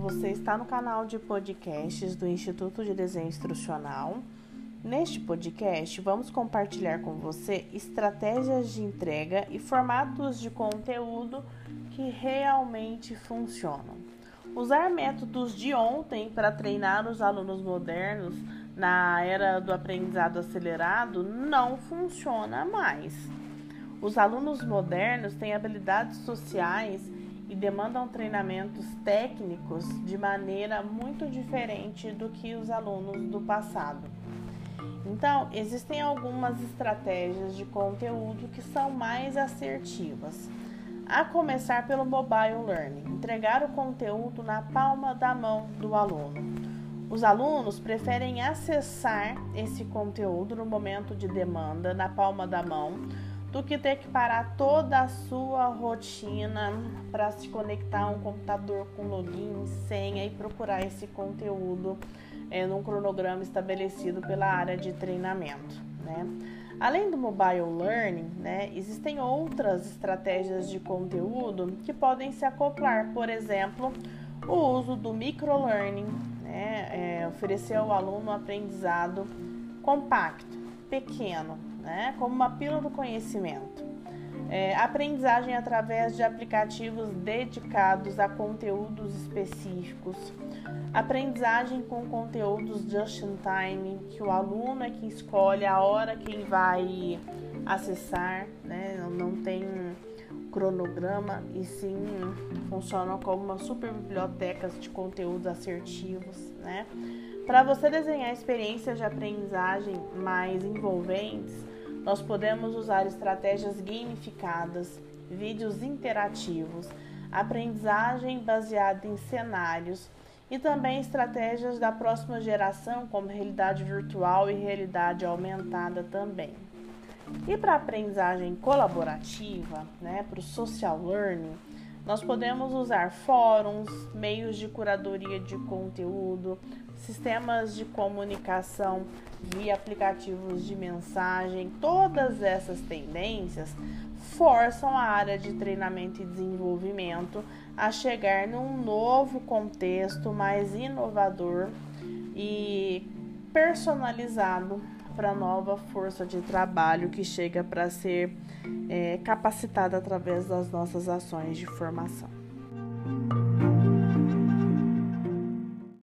você está no canal de podcasts do Instituto de Desenho Instrucional. Neste podcast, vamos compartilhar com você estratégias de entrega e formatos de conteúdo que realmente funcionam. Usar métodos de ontem para treinar os alunos modernos na era do aprendizado acelerado não funciona mais. Os alunos modernos têm habilidades sociais e demandam treinamentos técnicos de maneira muito diferente do que os alunos do passado. Então, existem algumas estratégias de conteúdo que são mais assertivas. A começar pelo mobile learning, entregar o conteúdo na palma da mão do aluno. Os alunos preferem acessar esse conteúdo no momento de demanda, na palma da mão, do que ter que parar toda a sua rotina para se conectar a um computador com login, senha e procurar esse conteúdo num cronograma estabelecido pela área de treinamento, né? Além do mobile learning, né, existem outras estratégias de conteúdo que podem se acoplar, por exemplo, o uso do microlearning, né, oferecer ao aluno um aprendizado compacto, pequeno, né, como uma pílula do conhecimento. Aprendizagem através de aplicativos dedicados a conteúdos específicos. Aprendizagem com conteúdos just in time, que o aluno é quem escolhe a hora que ele vai acessar, né? Não tem cronograma e sim funcionam como uma super bibliotecas de conteúdos assertivos, né? Para você desenhar experiências de aprendizagem mais envolventes, nós podemos usar estratégias gamificadas, vídeos interativos, aprendizagem baseada em cenários e também estratégias da próxima geração, como realidade virtual e realidade aumentada também. E para a aprendizagem colaborativa, né, para o social learning, nós podemos usar fóruns, meios de curadoria de conteúdo, sistemas de comunicação via aplicativos de mensagem. Todas essas tendências forçam a área de treinamento e desenvolvimento a chegar num novo contexto mais inovador e personalizado para a nova força de trabalho que chega para ser capacitada através das nossas ações de formação.